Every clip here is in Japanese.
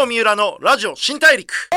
郷三浦のラジオ新大陸。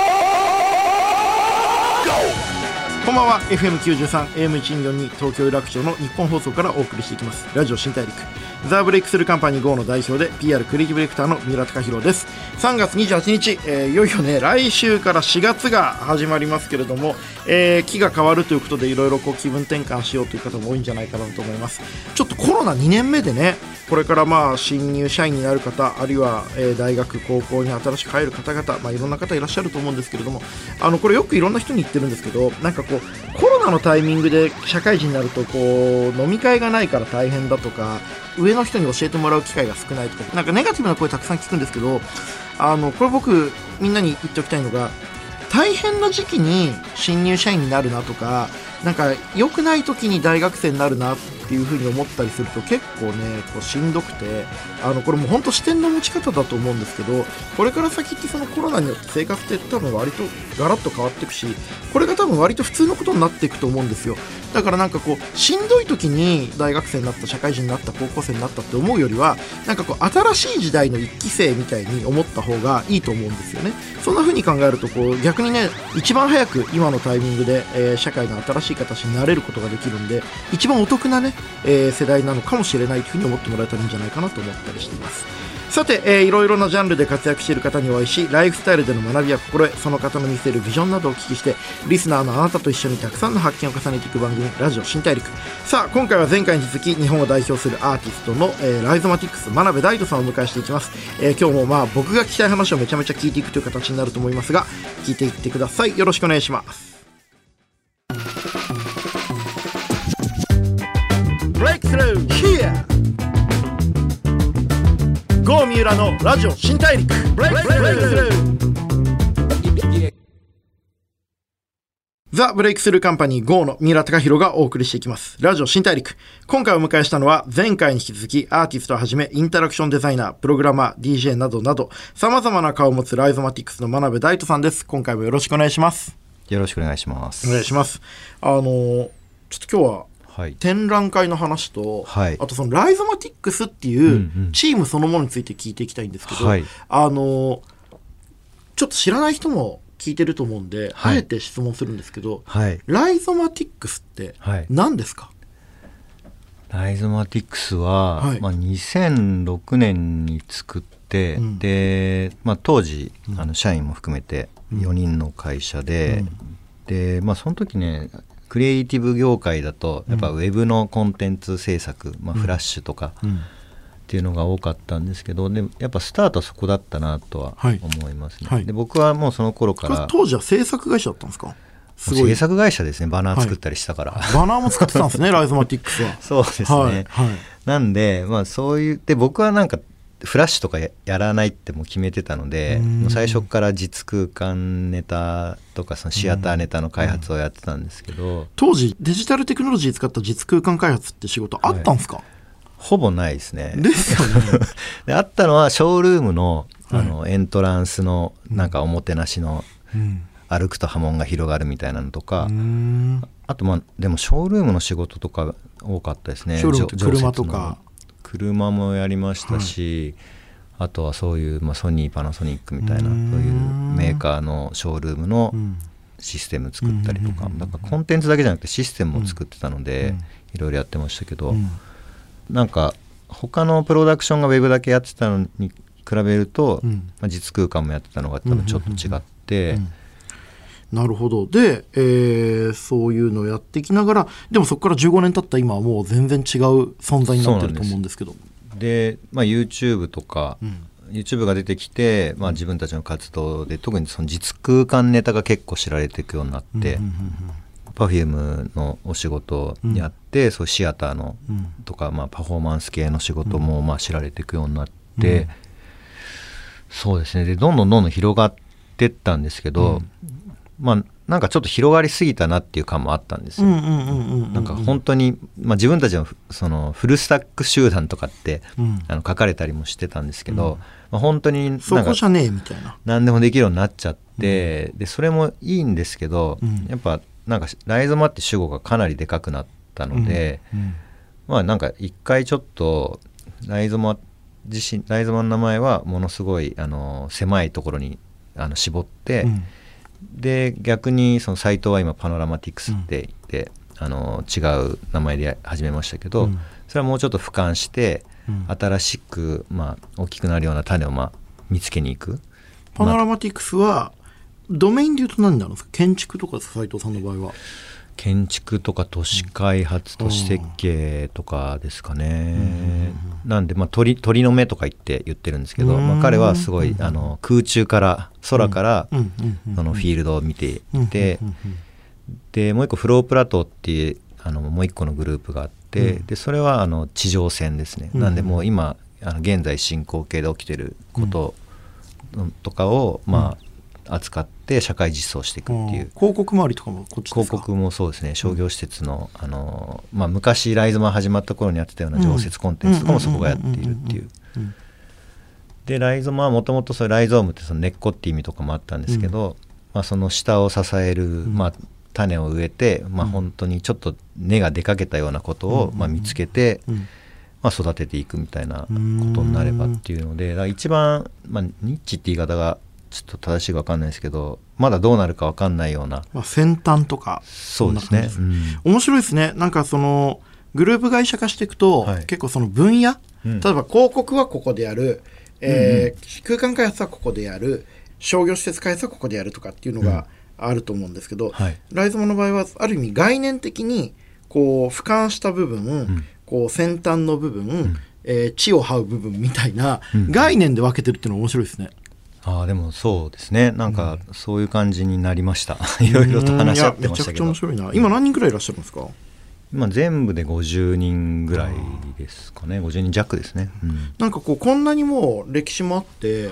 こんばんは。 FM93 AM142 東京有楽町の日本放送からお送りしていきますラジオ新大陸。ザ・ブレイクスルーカンパニー GO の代表で PR クリエイティブディレクターの三浦貴大です。3月28日、いよいよね来週から4月が始まりますけれども、期が変わるということでいろいろ気分転換しようという方も多いんじゃないかなと思います。ちょっとコロナ2年目でね、これから新入社員になる方、あるいは、大学高校に新しく入る方々、いろんな方いらっしゃると思うんですけれども、これよくいろんな人に言ってるんですけど、なんかコロナのタイミングで社会人になると飲み会がないから大変だとか、上の人に教えてもらう機会が少ないとか、なんかネガティブな声たくさん聞くんですけど、これ僕みんなに言っておきたいのが、大変な時期に新入社員になるなとか、なんか良くない時に大学生になるなっていう風に思ったりすると結構ねしんどくて、これもう本当視点の持ち方だと思うんですけど、これから先ってそのコロナによって生活って多分割とガラッと変わっていくし、これが多分割と普通のことになっていくと思うんですよ。だからなんかしんどい時に大学生になった、社会人になった、高校生になったって思うよりは、なんか新しい時代の一期生みたいに思った方がいいと思うんですよね。そんな風に考えると逆にね、一番早く今のタイミングで、社会の新しい形になれることができるんで、一番お得なね、世代なのかもしれないというふうに思ってもらえたらいいんじゃないかなと思ったりしています。さて、いろいろなジャンルで活躍している方にお会いし、ライフスタイルでの学びや心得、その方の見せるビジョンなどをお聞きして、リスナーのあなたと一緒にたくさんの発見を重ねていく番組、ラジオ新大陸。さあ、今回は前回に続き日本を代表するアーティストの、ライゾマティックス真鍋大斗さんをお迎えしていきます。今日も僕が聞きたい話をめちゃめちゃ聞いていくという形になると思いますが、聞いていってください。よろしくお願いします。Breakthrough here。郷三浦のラジオ新大陸。ザ・ブレイクスルーカンパニー GO の三浦貴大がお送りしていきますラジオ新大陸。今回お迎えしたのは前回に引き続きアーティストをはじめインタラクションデザイナー、プログラマー、DJ などなど様々な顔を持つライゾマティックスの真鍋大斗さんです。今回もよろしくお願いします。 よろしくお願いします。 お願いします。ちょっと今日は展覧会の話と、あとそのライゾマティックスっていうチームそのものについて聞いていきたいんですけど、ちょっと知らない人も聞いてると思うんで、あえて質問するんですけど、ライゾマティックスって何ですか？ ライゾマティックスは、2006年に作って、で、当時社員も含めて4人の会社で、で、その時ね、クリエイティブ業界だとやっぱウェブのコンテンツ制作、フラッシュとかっていうのが多かったんですけど、でやっぱスタートはそこだったなとは思いますね。で僕はもうその頃から当時は制作会社だったんですか？ すごい制作会社ですね。バナー作ったりしたから、 バナーも作ってたんですねライゾマティックスは。 そうですね、なんで、そういうで僕はなんかフラッシュとか やらないってもう決めてたので、もう最初から実空間ネタとかそのシアターネタの開発をやってたんですけど、 当時デジタルテクノロジー使った実空間開発って仕事あったんですか？ ほぼないですね。 ですよねであったのはショールームの、エントランスのなんかおもてなしの、歩くと波紋が広がるみたいなのとか、あとでもショールームの仕事とか多かったですね。 ショールームって車とか車もやりましたし、あとはそういう、ソニーパナソニックみたいなそういうメーカーのショールームのシステム作ったりとか、だからコンテンツだけじゃなくてシステムも作ってたので、いろいろやってましたけど、なんか他のプロダクションがウェブだけやってたのに比べると、実空間もやってたのが多分ちょっと違って、 なるほど。で、そういうのをやっていきながら、でもそこから15年経った今はもう全然違う存在になってると思うんですけど。 で、YouTube とか、YouTube が出てきて、自分たちの活動で特にその実空間ネタが結構知られていくようになって、Perfume のお仕事をやって、そういうシアターのとか、パフォーマンス系の仕事も知られていくようになって、そうですね。でどんどん広がってったんですけど、なんかちょっと広がりすぎたなっていう感もあったんですよ。なんか本当に、自分たちのそのフルスタック集団とかって、書かれたりもしてたんですけど、本当になんかそこじゃねえみたいな、 何でもできるようになっちゃって、でそれもいいんですけど、やっぱなんかライゾマって主語がかなりでかくなったので、なんか一回ちょっとライゾマっライゾマの名前はものすごい狭いところに絞って、で逆にそのサイトは今パノラマティクスって言って、違う名前で始めましたけど、それはもうちょっと俯瞰して、新しく、大きくなるような種を見つけに行く。 パノラマティクスはドメインでいうと何になるんですか？建築とかですか、斉藤さんの場合は。 建築とか都市開発、都市設計とかですかね。なんで、鳥の目とか言ってるんですけど、彼はすごい空中から空からそのフィールドを見ていて、でもう一個フロープラトーっていうもう一個のグループがあって、でそれは地上戦ですね。なんでもう今現在進行形で起きてることとかを扱って社会実装していくっていう。 広告周りとかもこっちですか？ 広告もそうですね。商業施設の、昔ライゾマ始まった頃にやってたような常設コンテンツとかもそこがやっているっていう。でライゾマはもともとライゾームってその根っこって意味とかもあったんですけど、その下を支える、種を植えて、本当にちょっと根が出かけたようなことを、見つけて、育てていくみたいなことになればっていうので、一番、ニッチって言い方がちょっと正しいか分かんないですけど、まだどうなるか分かんないような、 先端とか。 そうですね。 面白いですね。なんかそのグループ会社化していくと、結構その分野、例えば広告はここでやる、空間開発はここでやる、商業施設開発はここでやるとかっていうのがあると思うんですけど、ライゾマの場合はある意味概念的にこう俯瞰した部分、こう先端の部分、地を這う部分みたいな概念で分けてるっていうのは面白いですね。 でもそうですね。なんかそういう感じになりました。いろいろと話し合ってましたけど。 めちゃくちゃ面白いな。今何人くらいいらっしゃるんですか？ 今全部で50人ぐらいですかね。50人弱ですね。 なんかこんなにもう歴史もあって、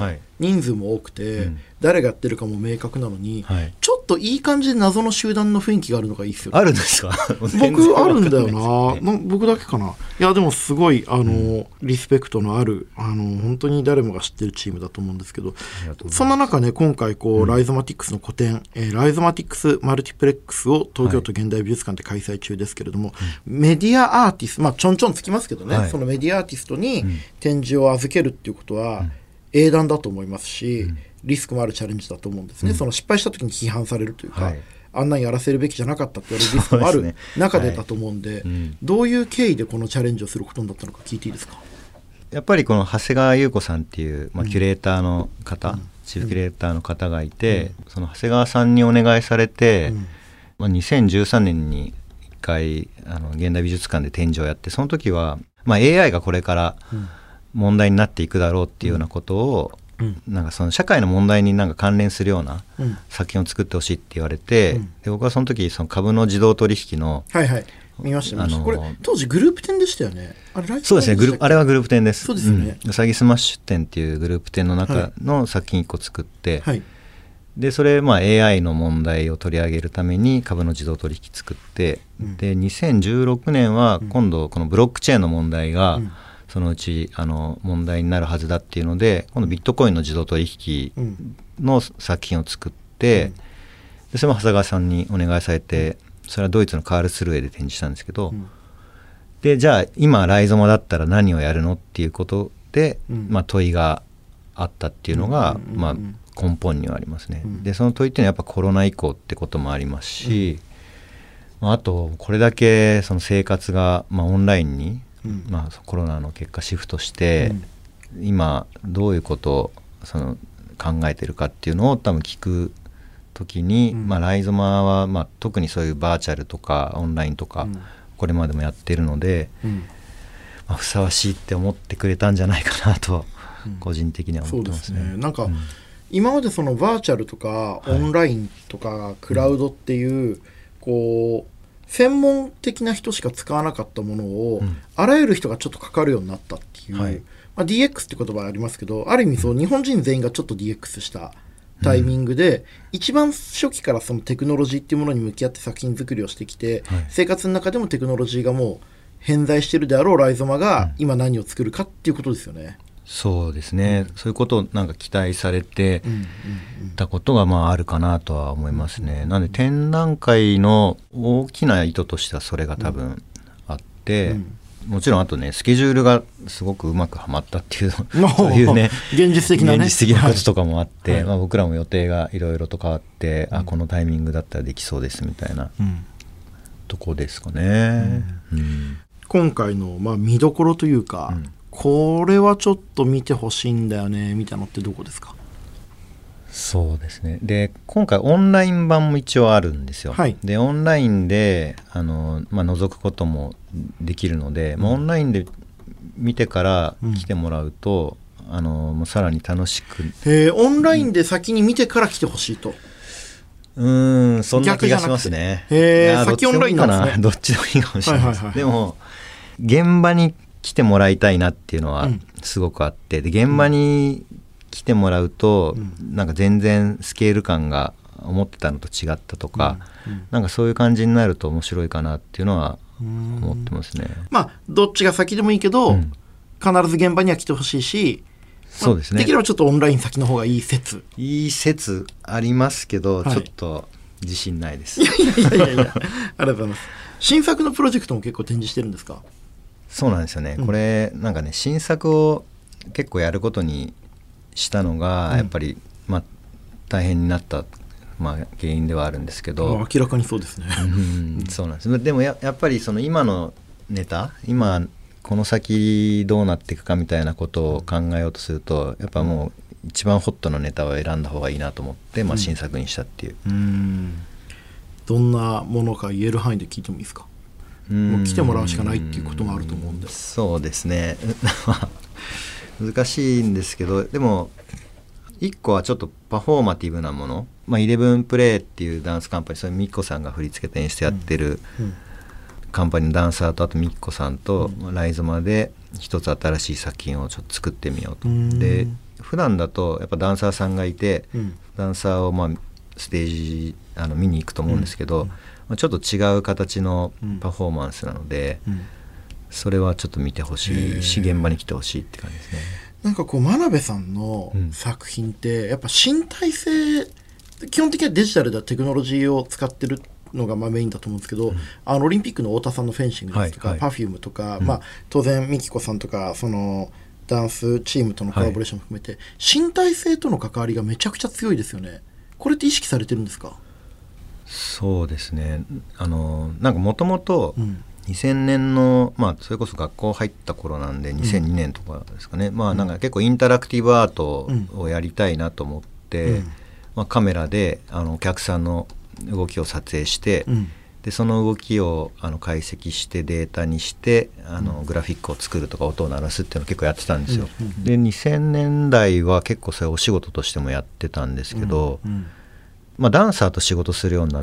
人数も多くて、誰がやってるかも明確なのに、ちょっといい感じで謎の集団の雰囲気があるのがいいですよね。 あるんですか？ 僕あるんだよな。僕だけかな。いやでもすごいリスペクトのある本当に誰もが知ってるチームだと思うんですけど、そんな中ね、今回ライゾマティクスの個展、ライゾマティクスマルティプレックスを東京都現代美術館で開催中ですけれども、メディアアーティスト、ちょんちょんつきますけどね、そのメディアアーティストに展示を預けるっていうことは英断だと思いますし、リスクもあるチャレンジだと思うんですね。その失敗した時に批判されるというか、あんなにやらせるべきじゃなかったって言われるリスクもある中でだと思うんで、どういう経緯でこのチャレンジをすることになったのか聞いていいですか？やっぱりこの長谷川優子さんっていう、キュレーターの方、チーフキュレーターの方がいて、その長谷川さんにお願いされて、2013年に1回現代美術館で展示をやって、その時は、AI がこれから問題になっていくだろうっていうようなことを、なんかその社会の問題になんか関連するような作品を作ってほしいって言われて、で僕はその時その株の自動取引の、 見ましたこれ当時グループ展でしたよね。 そうですね。あれはグループ展です。 そうですね。 うさぎスマッシュ展っていうグループ展の中の作品1個作って、でそれAI の問題を取り上げるために株の自動取引作って、で2016年は今度このブロックチェーンの問題が、そのうち問題になるはずだっていうので、今度ビットコインの自動取引の作品を作って、でそれも長谷川さんにお願いされて、それはドイツのカールスルーエで展示したんですけど、でじゃあ今ライゾマだったら何をやるのっていうことで、問いがあったっていうのが、根本にはありますね。でその問いっていうのはやっぱコロナ以降ってこともありますし、あとこれだけその生活が、オンラインにコロナの結果シフトして、今どういうことを考えてるかっていうのを多分聞く時に、ライゾマは、特にそういうバーチャルとかオンラインとか、これまでもやってるので、ふさわしいって思ってくれたんじゃないかなと、個人的には思ってますね。 なんか、今までそのバーチャルとかオンラインとかクラウドっていう、専門的な人しか使わなかったものを、あらゆる人がちょっとかかるようになったっていう、DX って言葉ありますけど、ある意味日本人全員がちょっと DX したタイミングで、一番初期からそのテクノロジーっていうものに向き合って作品作りをしてきて、生活の中でもテクノロジーがもう偏在してるであろうライゾマが今何を作るかっていうことですよね。 そうですね、そういうことをなんか期待されてたことがあるかなとは思いますね。なので展覧会の大きな意図としてはそれが多分あって、 もちろんあとねスケジュールがすごくうまくはまったっていうそういうね現実的なね現実的なこととかもあって、 はいまあ、僕らも予定がいろいろと変わって、このタイミングだったらできそうですみたいな、とこですかね、 今回の、見どころというか、これはちょっと見てほしいんだよねみたいなのってどこですか？ そうですね。で今回オンライン版も一応あるんですよ、でオンラインで覗くこともできるので、オンラインで見てから来てもらうと、もうさらに楽しく、 オンラインで先に見てから来てほしいと、 そんな気がしますね。 先オンラインなんですね。 どっちでもいいかもしれないです、でも現場に来てもらいたいなっていうのはすごくあって、で現場に来てもらうと、なんか全然スケール感が思ってたのと違ったとか、なんかそういう感じになると面白いかなっていうのは思ってますね。 どっちが先でもいいけど、必ず現場には来てほしいし、 そうですね、 できればちょっとオンライン先の方がいい説ありますけど、ちょっと自信ないです。 いやありがとうございます。新作のプロジェクトも結構展示してるんですか？ そうなんですよね、これなんかね新作を結構やることにしたのがやっぱり、大変になった、原因ではあるんですけど、 明らかにそうですね、 そうなんです。でも やっぱりその今のネタ、今この先どうなっていくかみたいなことを考えようとすると、やっぱもう一番ホットなネタを選んだ方がいいなと思って、新作にしたっていう、 どんなものか言える範囲で聞いてもいいですか？もう来てもらうしかないっていうこともあると思うんで。 そうですね難しいんですけど、でも1個はちょっとパフォーマティブなもの、11プレイっていうダンスカンパニー、それミッコさんが振り付けて演出やってるカンパニーのダンサーと、あとミッコさんとライゾマで一つ新しい作品をちょっと作ってみようと。で普段だとやっぱダンサーさんがいて、ダンサーをステージ見に行くと思うんですけど、ちょっと違う形のパフォーマンスなので、それはちょっと見てほしいし、現場に来てほしいって感じですね。 なんかこう真鍋さんの作品ってやっぱ身体性、基本的にはデジタルでテクノロジーを使ってるのがメインだと思うんですけど、オリンピックの太田さんのフェンシングですとか、Perfume とか、当然ミキコさんとかそのダンスチームとのコラボレーションも含めて、身体性との関わりがめちゃくちゃ強いですよね。これって意識されてるんですか？ そうですね、なんかもともと2000年の、それこそ学校入った頃なんで2002年とかですかね、なんか結構インタラクティブアートをやりたいなと思って、カメラでお客さんの動きを撮影して、でその動きを解析してデータにしてグラフィックを作るとか音を鳴らすっていうのを結構やってたんですよ。で2000年代は結構それお仕事としてもやってたんですけど、ダンサーと仕事するようになって、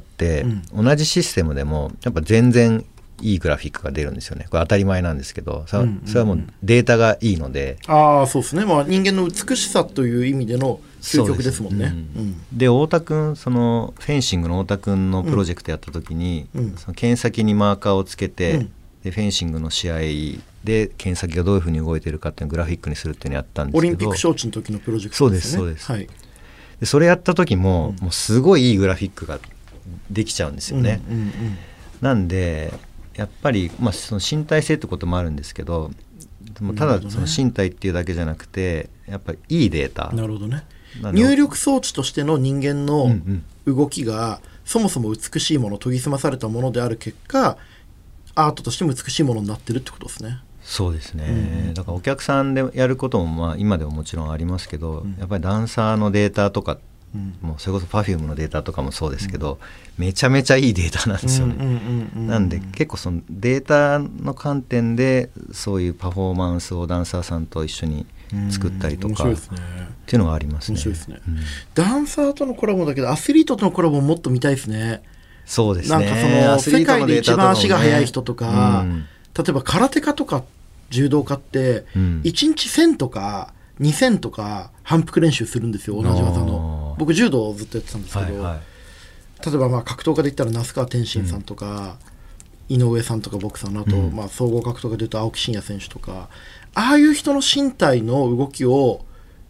同じシステムでもやっぱ全然いいグラフィックが出るんですよね。これ当たり前なんですけど、それはもうデータがいいので。 そうですね、人間の美しさという意味での究極ですもんね。 で太田君、そのフェンシングの太田君のプロジェクトやった時に、その剣先にマーカーをつけて、でフェンシングの試合で剣先がどういうふうに動いてるかっていうのをグラフィックにするっていうのをやったんですけど、 オリンピック招致の時のプロジェクトですね。 そうです、でそれやった時も、もうすごいいいグラフィックができちゃうんですよね。なんでやっぱり、その身体性ってこともあるんですけど、でもただその身体っていうだけじゃなくて、やっぱりいいデータ、 なるほどね、入力装置としての人間の動きが、そもそも美しいもの、研ぎ澄まされたものである結果、アートとしても美しいものになってるってことですね。 そうですね、だからお客さんでやることも今でももちろんありますけど、やっぱりダンサーのデータとか、もうそれこそ Perfume のデータとかもそうですけど、めちゃめちゃいいデータなんですよね。なんで結構そのデータの観点でそういうパフォーマンスをダンサーさんと一緒に作ったりとか、っていうのがありますね。 面白いですね、ダンサーとのコラボだけどアスリートとのコラボももっと見たいですね。 そうですね、 なんかその世界で一番足が速い人とか、例えば空手家とか柔道家って1日1000とか2000とか反復練習するんですよ、同じ技の。僕柔道をずっとやってたんですけど、例えば格闘家で言ったら那須川天心さんとか、井上さんとかボクサーのあと、総合格闘家で言うと青木真也選手とか、ああいう人の身体の動きを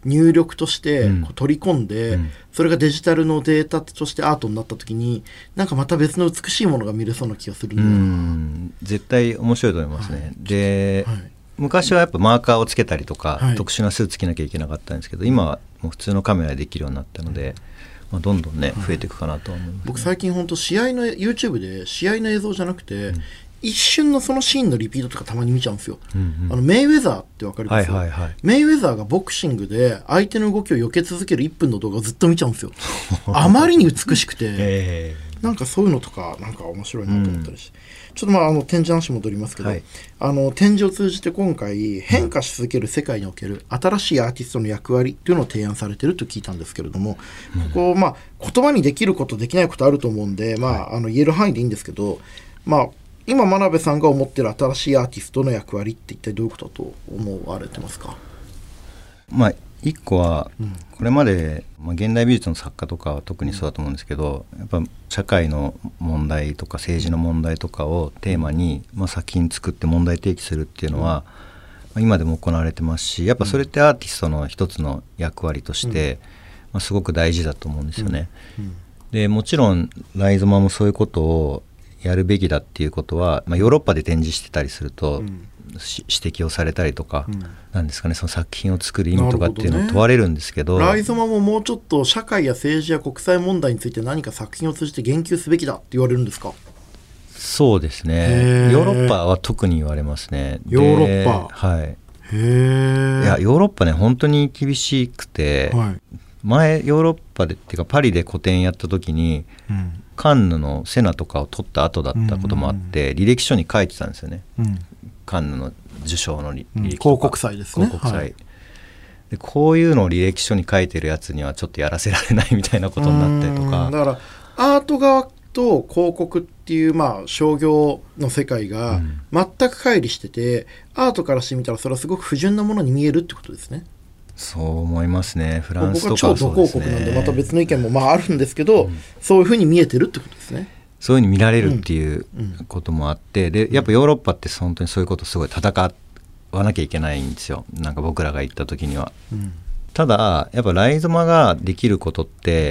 入力としてこう取り込んで、 うんそれがデジタルのデータとしてアートになった時になんかまた別の美しいものが見れそうな気がするんだよな。 絶対面白いと思いますね、 はいで、 はい昔はやっぱマーカーをつけたりとか、 はい特殊なスーツ着なきゃいけなかったんですけど、今はもう普通のカメラでできるようになったので、どんどんね増えていくかなとは思います、ね。 僕最近本当試合の YouTube で試合の映像じゃなくて、一瞬のそのシーンのリピートとかたまに見ちゃうんですよ、メイウェザーってわかります？ はいはいはい、 メイウェザーがボクシングで相手の動きを避け続ける1分の動画をずっと見ちゃうんですよあまりに美しくて、なんかそういうのとかなんか面白いなと思ったりして、ちょっと展示話戻りますけど、 はい、 展示を通じて今回変化し続ける世界における新しいアーティストの役割っていうのを提案されていると聞いたんですけれども、ここ言葉にできることできないことあると思うんで、言える範囲でいいんですけど、今真鍋さんが思っている新しいアーティストの役割って一体どういうことだと思われてますか？ 一個はこれまで、現代美術の作家とかは特にそうだと思うんですけど、やっぱ社会の問題とか政治の問題とかをテーマに、作品作って問題提起するっていうのは、今でも行われてますし、やっぱそれってアーティストの一つの役割として、すごく大事だと思うんですよね。でもちろんライゾマもそういうことをやるべきだっていうことは、ヨーロッパで展示してたりすると、指摘をされたりとか、なんですかね、その作品を作る意味とかっていうのを問われるんですけど、 ライゾマももうちょっと社会や政治や国際問題について何か作品を通じて言及すべきだって言われるんですか？ そうですね、ヨーロッパは特に言われますね。 ヨーロッパ、 はい、いやヨーロッパね本当に厳しくて、前ヨーロッパでっていうかパリで個展やった時に、カンヌのセナとかを取った後だったこともあって、履歴書に書いてたんですよね、カンヌの受賞の履歴広告祭ですね。 広告祭、でこういうのを履歴書に書いてるやつにはちょっとやらせられないみたいなことになったりとか、 だからアート側と広告っていう商業の世界が全く乖離してて、アートからしてみたらそれはすごく不純なものに見えるってことですね。 そう思いますね。フランスとかはそうですね。 僕は超土広告なんでまた別の意見もあるんですけど、そういうふうに見えてるってことですね。 そういうふうに見られるっていうこともあって、でやっぱヨーロッパって本当にそういうことすごい戦わなきゃいけないんですよ、なんか僕らが行った時には、ただやっぱライゾマができることって、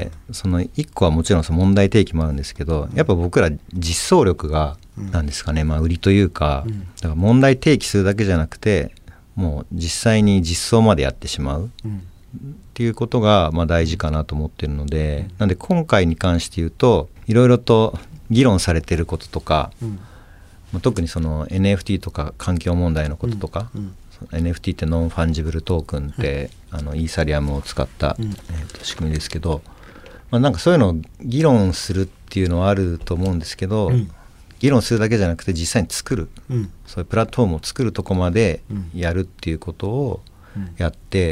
その一個はもちろんその問題提起もあるんですけど、やっぱ僕ら実装力がなんですかね、売りというか、だから問題提起するだけじゃなくてもう実際に実装までやってしまうっていうことが大事かなと思ってるので、なんで今回に関して言うといろいろと議論されてることとか、特にその NFT とか環境問題のこととか、NFT ってノンファンジブルトークンって、イーサリアムを使った、仕組みですけど、なんかそういうのを議論するっていうのはあると思うんですけど、議論するだけじゃなくて実際に作る、そういうプラットフォームを作るとこまでやるっていうことをやって、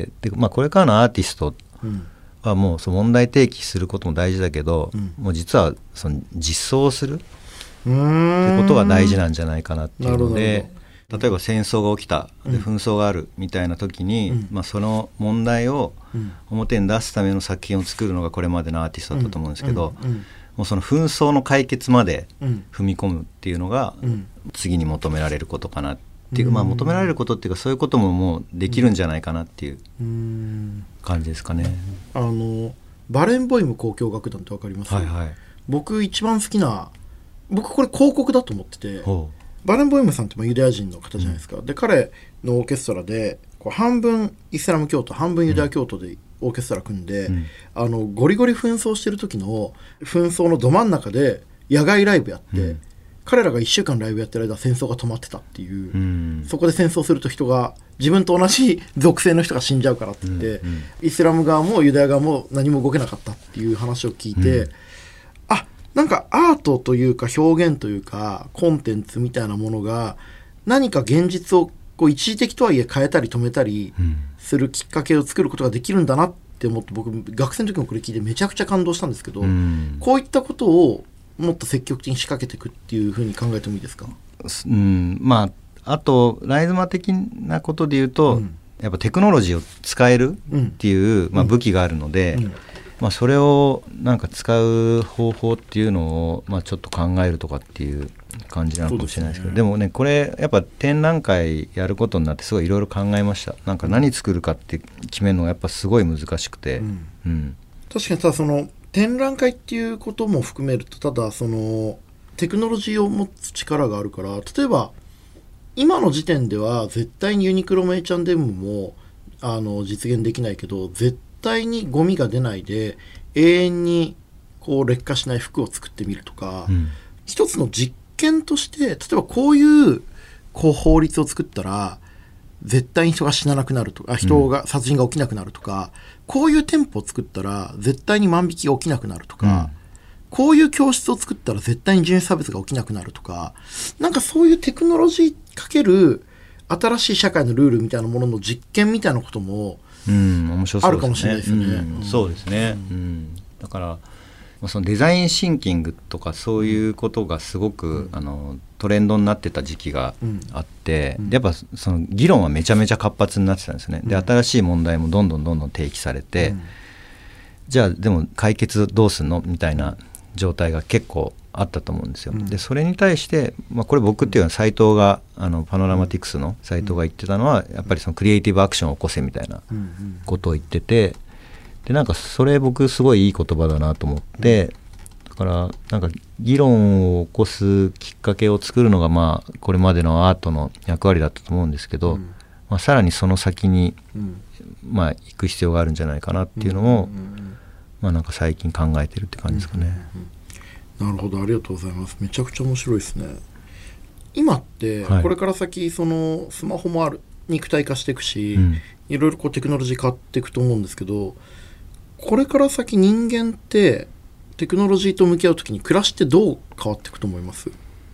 でこれからのアーティストはもうその問題提起することも大事だけど、もう実はその実装をするってことが大事なんじゃないかなっていうので、例えば戦争が起きた、で紛争があるみたいな時に、その問題を表に出すための作品を作るのがこれまでのアーティストだったと思うんですけど、もうその紛争の解決まで踏み込むっていうのが次に求められることかなっていう、求められることっていうか、そういうことももうできるんじゃないかなっていう感じですかね。 バレンボイム交響楽団って分かります？僕一番好きな、僕これ広告だと思ってて、バレンボイムさんってユダヤ人の方じゃないですか、で彼のオーケストラで半分イスラム教徒半分ユダヤ教徒でオーケストラ組んで、ゴリゴリ紛争してる時の紛争のど真ん中で野外ライブやって、彼らが1週間ライブやってる間戦争が止まってたっていう、そこで戦争すると人が自分と同じ属性の人が死んじゃうからって言って、イスラム側もユダヤ側も何も動けなかったっていう話を聞いて、なんかアートというか表現というかコンテンツみたいなものが何か現実を一時的とはいえ変えたり止めたりするきっかけを作ることができるんだなって思って、僕学生の時もこれ聞いてめちゃくちゃ感動したんですけど、こういったことをもっと積極的に仕掛けていくっていうふうに考えてもいいですか？ あとライズマ的なことで言うと、やっぱテクノロジーを使えるっていう、武器があるので、 それをなんか使う方法っていうのを、ちょっと考えるとかっていう感じなのかもしれないですけど、でもねこれやっぱ展覧会やることになってすごいいろいろ考えました。なんか何作るかって決めるのがやっぱすごい難しくて、 確かにその展覧会っていうことも含めると、ただそのテクノロジーを持つ力があるから、例えば今の時点では絶対にユニクロも H&M も実現できないけど、絶対にゴミが出ないで永遠にこう劣化しない服を作ってみるとか、一つの実験として例えばこういう法律を作ったら絶対に人が死ななくなるとか、殺人が起きなくなるとか、こういう店舗を作ったら絶対に万引きが起きなくなるとか、こういう教室を作ったら絶対に人種差別が起きなくなるとか、なんかそういうテクノロジーかける新しい社会のルールみたいなものの実験みたいなことも面白そうですね。 あるかもしれないですね。 そうですね。だからそのデザインシンキングとかそういうことがすごく、トレンドになってた時期があって、やっぱその議論はめちゃめちゃ活発になってたんですね。で新しい問題もどんどん提起されて、じゃあでも解決どうすんのみたいな状態が結構あったと思うんですよ。でそれに対して、これ僕っていうのは斉藤がパノラマティクスの斉藤が言ってたのは、やっぱりそのクリエイティブアクションを起こせみたいなことを言ってて、でなんかそれ僕すごいいい言葉だなと思って、だからなんか議論を起こすきっかけを作るのがこれまでのアートの役割だったと思うんですけど、さらにその先に行く必要があるんじゃないかなっていうのをなんか最近考えてるって感じですかね。 なるほど、ありがとうございます。めちゃくちゃ面白いですね。今ってこれから先そのスマホも肉体化していくし、いろいろテクノロジー変わっていくと思うんですけど、これから先人間ってテクノロジーと向き合うときに暮らしってどう変わっていくと思います？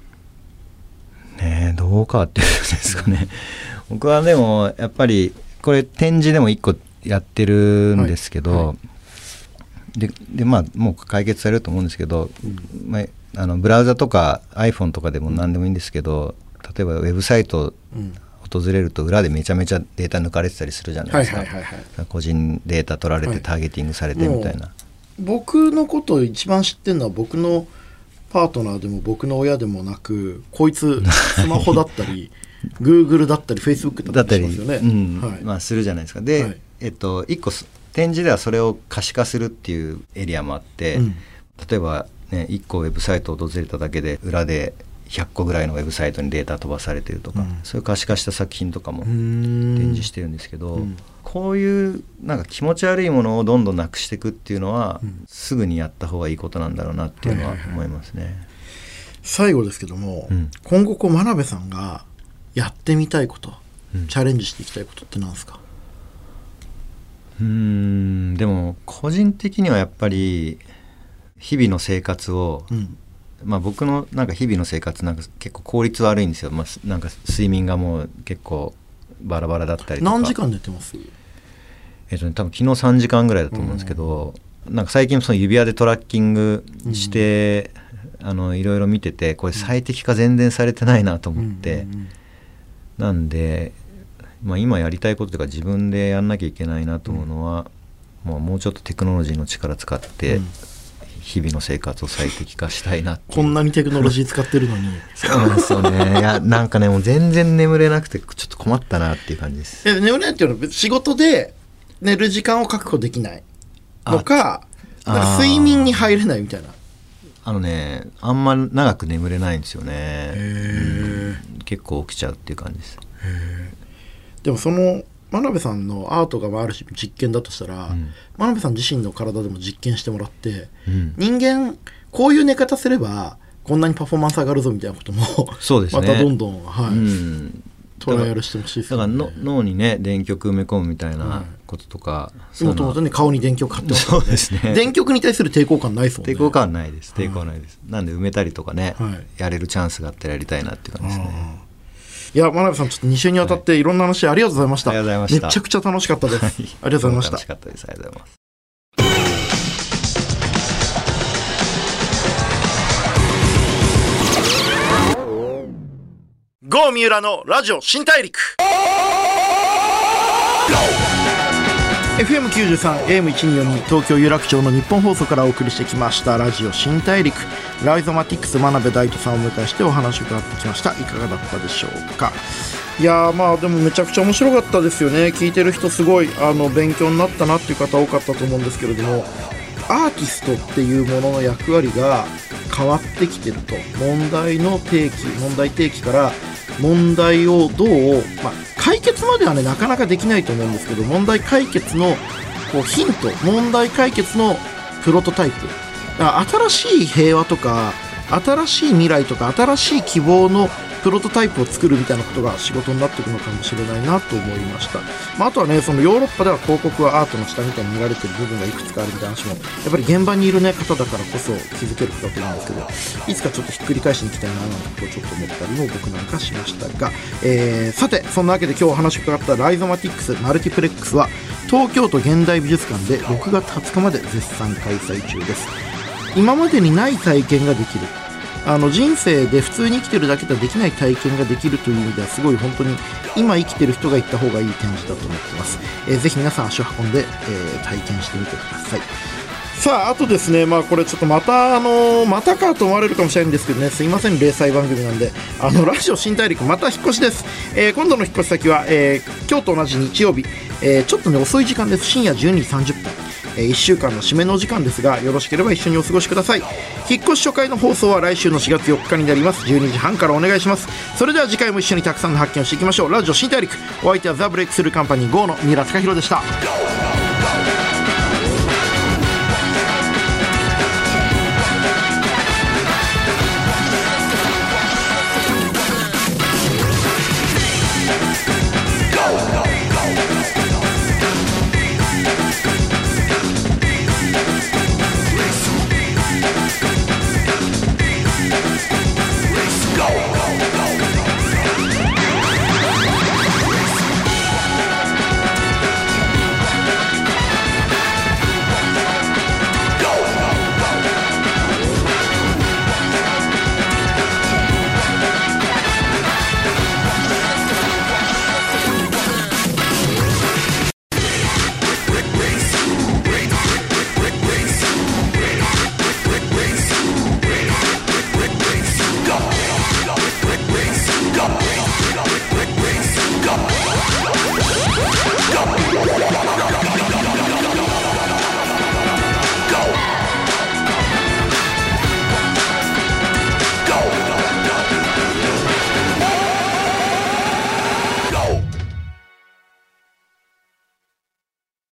どう変わっていくんですかね。僕はでもやっぱりこれ展示でも1個やってるんですけど、でもう解決されると思うんですけど、ブラウザとか iPhone とかでも何でもいいんですけど、例えばウェブサイト訪れると裏でめちゃめちゃデータ抜かれてたりするじゃないですか。個人データ取られてターゲティングされてみたいな。 僕のことを一番知ってるのは僕のパートナーでも僕の親でもなく、こいつスマホだったりGoogle だったり Facebook だったりしますよね。 するじゃないですか。で、1個展示ではそれを可視化するっていうエリアもあって、例えば1個ウェブサイトを訪れただけで裏で100個ぐらいのウェブサイトにデータ飛ばされてるとか、そういう可視化した作品とかも展示してるんですけど、こういうなんか気持ち悪いものをどんどんなくしていくっていうのは、すぐにやった方がいいことなんだろうなっていうのは思いますね。 最後ですけども、今後真鍋さんがやってみたいこと、チャレンジしていきたいことって何ですか？ でも個人的にはやっぱり日々の生活を、僕のなんか日々の生活なんか結構効率悪いんですよ。なんか睡眠がもう結構バラバラだったりとか。 何時間寝てます？ 多分昨日3時間ぐらいだと思うんですけど、なんか最近その指輪でトラッキングして、いろいろ見てて、これ最適化全然されてないなと思って、なんで、今やりたいことというか自分でやんなきゃいけないなと思うのは、もうちょっとテクノロジーの力使って日々の生活を最適化したいなっていう。 こんなにテクノロジー使ってるのにそうなんですよね。いやなんかね、もう全然眠れなくてちょっと困ったなっていう感じです。 眠れないっていうのは仕事で寝る時間を確保できないのか、睡眠に入れないみたいな。 あんま長く眠れないんですよね。結構起きちゃうっていう感じです。 でもその真鍋さんのアートがある種実験だとしたら、真鍋さん自身の体でも実験してもらって、人間こういう寝方すればこんなにパフォーマンス上がるぞみたいなこともそうですね、 またどんどん、トライアルしてほしいですよね。 だから脳にね電極埋め込むみたいなこととか、 もともとね顔に電極買ってますからね。 そうですね。 電極に対する抵抗感ないですもんね。 抵抗感ないです。抵抗ないです。なんで埋めたりとかね、やれるチャンスがあったらやりたいなっていう感じですね。 いや真鍋さん、ちょっと2週にわたっていろんな話ありがとうございました。 ありがとうございました。 めちゃくちゃ楽しかったです。ありがとうございました。 楽しかったです。ありがとうございます。 郷三浦のラジオ新大陸。 FM93 AM1242 東京有楽町の日本放送からお送りしてきましたラジオ新大陸、ライゾマティクス真鍋大斗さんをお迎えしてお話を伺ってきました。いかがだったでしょうか。いやまあでもめちゃくちゃ面白かったですよね。聞いてる人すごい勉強になったなっていう方多かったと思うんですけれども、アーティストっていうものの役割が変わってきてると。問題提起から問題をどう、解決まではねなかなかできないと思うんですけど、問題解決のこうヒント、問題解決のプロトタイプ、新しい平和とか新しい未来とか新しい希望のプロトタイプを作るみたいなことが仕事になっていくのかもしれないなと思いました。あとはね、そのヨーロッパでは広告はアートの下みたいに見られている部分がいくつかあるみたいな話もやっぱり現場にいる、方だからこそ気づけることだと思うんですけど、いつかちょっとひっくり返しに行きたいななんてことをちょっと思ったりも僕なんかしましたが、さてそんなわけで今日お話を伺ったライゾマティックスマルティプレックスは東京都現代美術館で6月20日まで絶賛開催中です。今までにない体験ができる、人生で普通に生きてるだけではできない体験ができるという意味ではすごい本当に今生きてる人が行った方がいい展示だと思っています。ぜひ皆さん足を運んで、体験してみてください。さあ、あとですね、これちょっとまたかと思われるかもしれないんですけどね、すいません、零細番組なんで、ラジオ新大陸また引っ越しです。今度の引っ越し先は、今日と同じ日曜日、ちょっとね遅い時間です。深夜12時30分、1週間の締めの時間ですが、よろしければ一緒にお過ごしください。引っ越し初回の放送は来週の4月4日になります。12時半からお願いします。それでは次回も一緒にたくさんの発見をしていきましょう。ラジオ新大陸、お相手はザ・ブレイクスルーカンパニー GO の三浦貴大でした。